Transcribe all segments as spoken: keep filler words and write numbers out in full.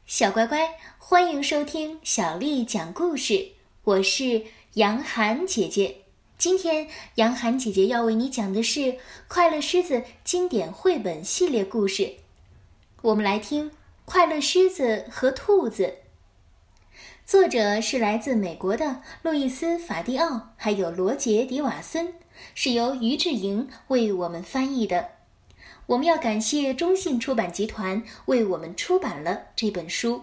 小乖乖，欢迎收听小丽讲故事，我是杨涵姐姐。今天杨涵姐姐要为你讲的是快乐狮子经典绘本系列故事。我们来听快乐狮子和兔子。作者是来自美国的路易斯·法蒂奥，还有罗杰·迪瓦森，是由于志莹为我们翻译的。我们要感谢中信出版集团为我们出版了这本书。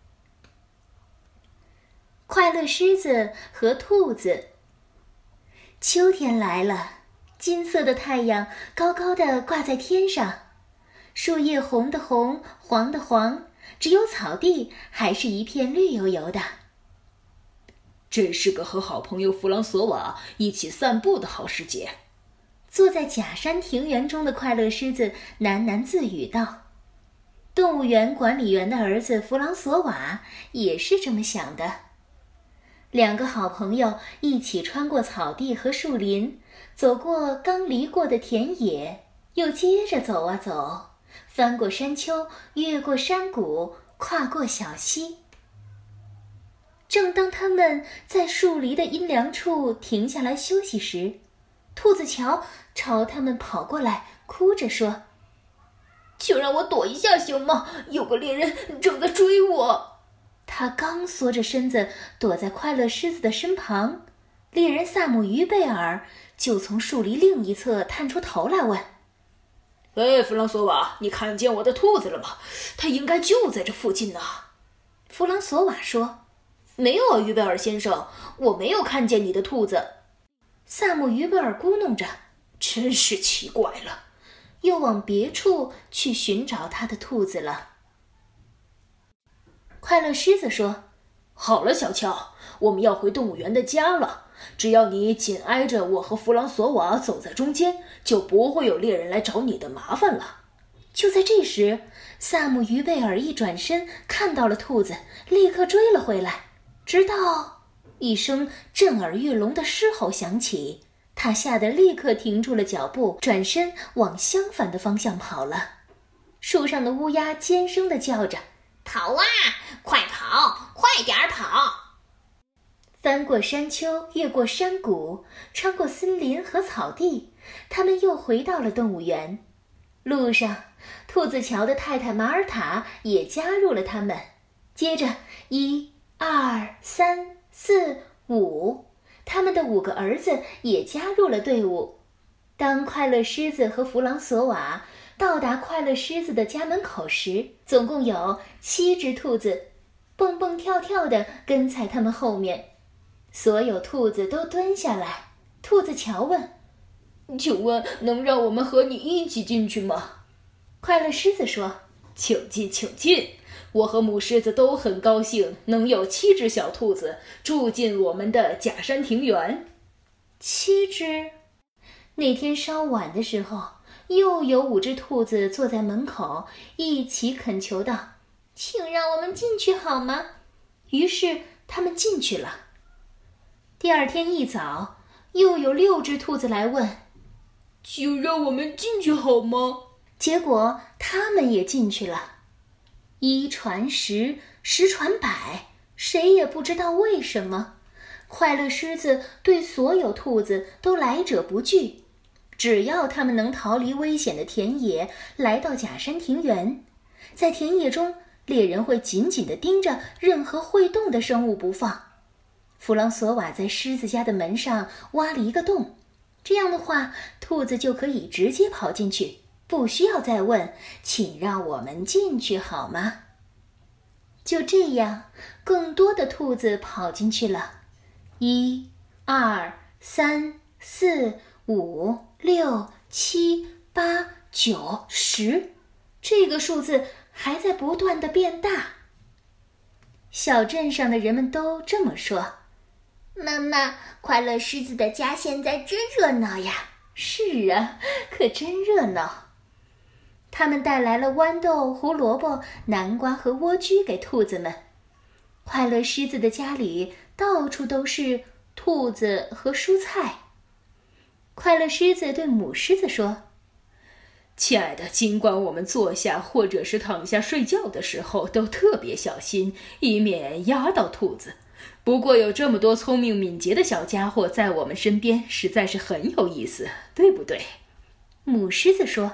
快乐狮子和兔子。秋天来了，金色的太阳高高地挂在天上，树叶红的红，黄的黄，只有草地还是一片绿油油的。 这是个和好朋友弗朗索瓦一起散步的好时节。 坐在假山庭园中的快乐狮子喃喃自语道。动物园管理员的儿子弗朗索瓦也是这么想的。两个好朋友一起穿过草地和树林，走过刚犁过的田野，又接着走啊走，翻过山丘，越过山谷，跨过小溪。正当他们在树篱的阴凉处停下来休息时，兔子乔朝他们跑过来，哭着说：“ 就让我躲一下行吗？有个猎人正在追我。” 他刚缩着身子躲在快乐狮子的身旁，猎人萨姆于贝尔就从树篱另一侧探出头来问：“ 哎，弗朗索瓦，你看见我的兔子了吗？它应该就在这附近呢。” 弗朗索瓦说：“ 没有啊，于贝尔先生，我没有看见你的兔子。” 萨姆于贝尔咕哝着：“ 真是奇怪了。” 又往别处去寻找他的兔子了。快乐狮子说：“ 好了，小乔，我们要回动物园的家了。只要你紧挨着我和弗朗索瓦走在中间，就不会有猎人来找你的麻烦了。” 就在这时，萨姆于贝尔一转身看到了兔子，立刻追了回来，直到一声震耳欲聋的狮吼响起，他吓得立刻停住了脚步，转身往相反的方向跑了。树上的乌鸦尖声地叫着：“ 跑啊，快跑，快点跑！” 翻过山丘，越过山谷，穿过森林和草地，他们又回到了动物园。路上，兔子乔的太太马尔塔也加入了他们。接着，一、二、三、四、五，他们的五个儿子也加入了队伍。当快乐狮子和弗朗索瓦到达快乐狮子的家门口时，总共有七只兔子，蹦蹦跳跳地跟在他们后面。所有兔子都蹲下来。兔子乔问：“ 请问能让我们和你一起进去吗？” 快乐狮子说：“ 请进，请进。我和母狮子都很高兴能有七只小兔子住进我们的假山庭园。” 七只？那天稍晚的时候，又有五只兔子坐在门口，一起恳求道：“请让我们进去好吗？”于是他们进去了。第二天一早，又有六只兔子来问：“ 就让我们进去好吗？” 结果他们也进去了。一传十，十传百，谁也不知道为什么，快乐狮子对所有兔子都来者不拒，只要它们能逃离危险的田野，来到假山庭园。在田野中，猎人会紧紧地盯着任何会动的生物不放。弗朗索瓦在狮子家的门上挖了一个洞，这样的话，兔子就可以直接跑进去，不需要再问：“请让我们进去好吗？”就这样，更多的兔子跑进去了。一、二、三、四、五、六、七、八、九、十，这个数字还在不断地变大。小镇上的人们都这么说：“ 妈妈，快乐狮子的家现在真热闹呀！” 是啊，可真热闹。他们带来了豌豆、胡萝卜、南瓜和莴苣给兔子们。快乐狮子的家里到处都是兔子和蔬菜。快乐狮子对母狮子说：“ 亲爱的，尽管我们坐下或者是躺下睡觉的时候都特别小心，以免压到兔子。不过有这么多聪明敏捷的小家伙在我们身边，实在是很有意思，对不对？ 母狮子说：“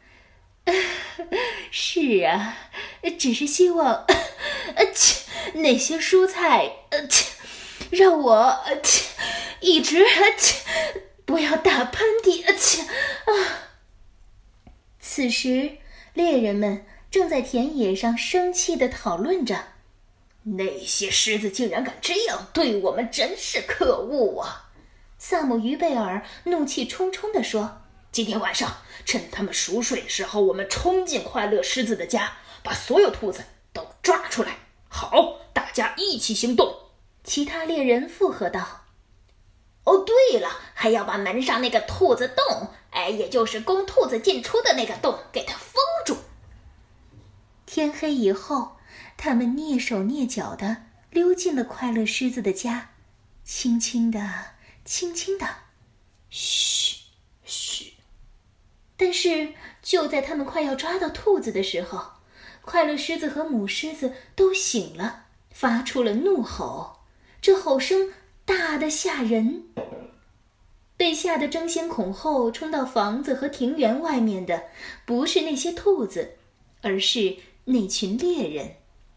是啊，只是希望，呃，切，那些蔬菜，呃，切，让我，呃，切，一直，呃，切，不要打喷嚏，呃，切，啊。”此时，猎人们正在田野上生气地讨论着。 那些狮子竟然敢这样对我们，真是可恶啊！ 萨姆于贝尔怒气冲冲地说：“ 今天晚上，趁他们熟睡的时候，我们冲进快乐狮子的家，把所有兔子都抓出来。好，大家一起行动。” 其他猎人附和道：“ 哦，对了，还要把门上那个兔子洞，哎，也就是供兔子进出的那个洞，给它封住。” 天黑以后，他们蹑手蹑脚地溜进了快乐狮子的家，轻轻地，轻轻地， 嘘，嘘。 但是就在他们快要抓到兔子的时候，快乐狮子和母狮子都醒了，发出了怒吼，这吼声大得吓人。被吓得争先恐后冲到房子和庭园外面的，不是那些兔子，而是那群猎人。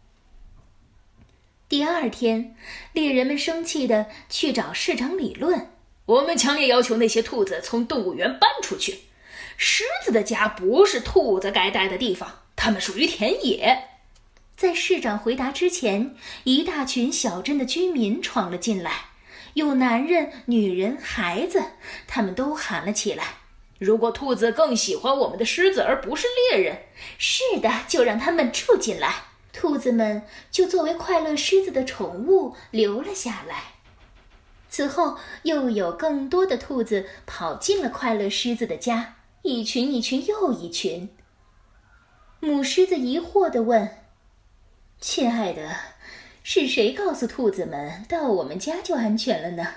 第二天，猎人们生气地去找市长理论：“ 我们强烈要求那些兔子从动物园搬出去。狮子的家不是兔子该待的地方，它们属于田野。” 在市长回答之前，一大群小镇的居民闯了进来，有男人、女人、孩子，他们都喊了起来：“ 如果兔子更喜欢我们的狮子而不是猎人， 是的，就让他们住进来。”兔子们就作为快乐狮子的宠物留了下来。此后，又有更多的兔子跑进了快乐狮子的家，一群一群又一群。母狮子疑惑地问：“亲爱的，是谁告诉兔子们到我们家就安全了呢？”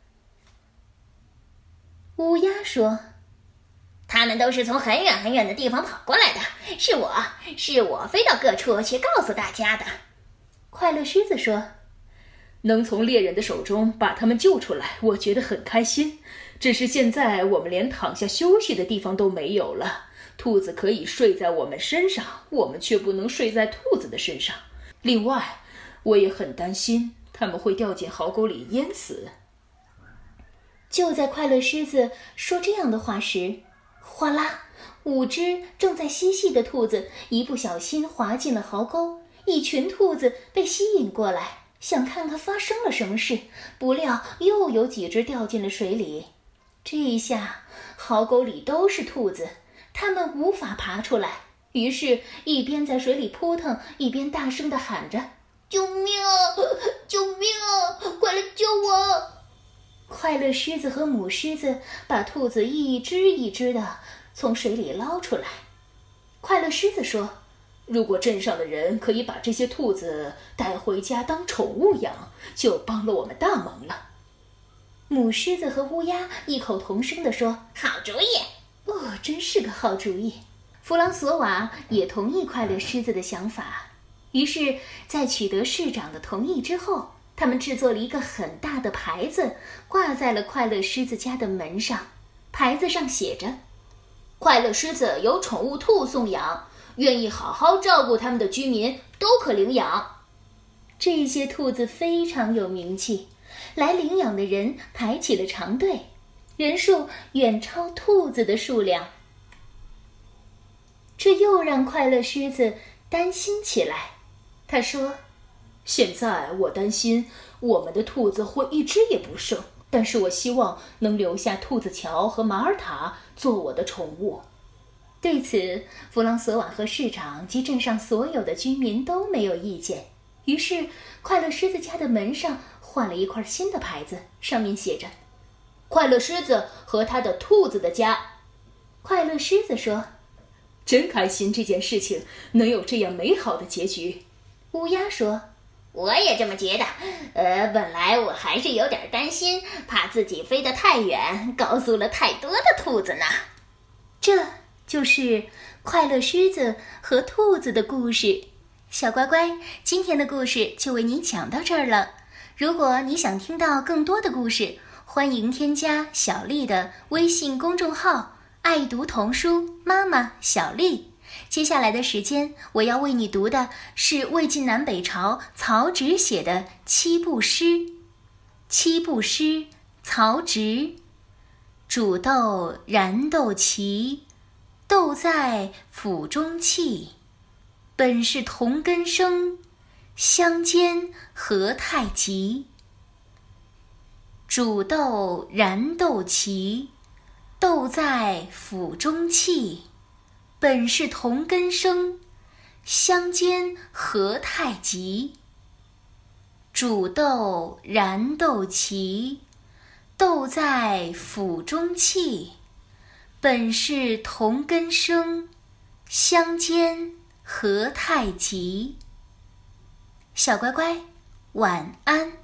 乌鸦说：“ 他们都是从很远很远的地方跑过来的，是我，是我飞到各处去告诉大家的。” 快乐狮子说：“ 能从猎人的手中把他们救出来，我觉得很开心。只是现在我们连躺下休息的地方都没有了。兔子可以睡在我们身上，我们却不能睡在兔子的身上。另外，我也很担心他们会掉进壕沟里淹死。” 就在快乐狮子说这样的话时，哗啦，五只正在嬉戏的兔子一不小心滑进了壕沟，一群兔子被吸引过来，想看看发生了什么事，不料又有几只掉进了水里。这一下，壕沟里都是兔子，它们无法爬出来，于是一边在水里扑腾，一边大声地喊着：“ 救命啊！救命啊！快来救我！” 快乐狮子和母狮子把兔子一只一只的从水里捞出来。快乐狮子说：“ 如果镇上的人可以把这些兔子带回家当宠物养，就帮了我们大忙了。” 母狮子和乌鸦异口同声地说：“ 好主意！” 哦，真是个好主意。弗朗索瓦也同意快乐狮子的想法，于是，在取得市长的同意之后，他们制作了一个很大的牌子，挂在了快乐狮子家的门上。牌子上写着：“ 快乐狮子有宠物兔送养，愿意好好照顾他们的居民都可领养。” 这些兔子非常有名气，来领养的人排起了长队，人数远超兔子的数量。这又让快乐狮子担心起来。他说：“ 现在我担心我们的兔子会一只也不剩，但是我希望能留下兔子乔和马尔塔做我的宠物。” 对此，弗朗索瓦和市长及镇上所有的居民都没有意见。于是，快乐狮子家的门上换了一块新的牌子，上面写着：“ 快乐狮子和他的兔子的家。” 快乐狮子说：“ 真开心，这件事情能有这样美好的结局。” 乌鸦说：“ 我也这么觉得。呃，本来我还是有点担心，怕自己飞得太远，告诉了太多的兔子呢。” 这就是快乐狮子和兔子的故事。小乖乖，今天的故事就为你讲到这儿了。如果你想听到更多的故事，欢迎添加小丽的微信公众号爱读童书妈妈小丽。接下来的时间，我要为你读的是魏晋南北朝曹植写的七步诗。七步诗，曹植。煮豆燃豆萁，豆在釜中泣。本是同根生，相煎何太急。煮豆燃豆萁，豆在釜中泣。本是同根生，相煎何太急。煮豆燃豆萁，豆在釜中泣。本是同根生，相煎何太急。小乖乖，晚安。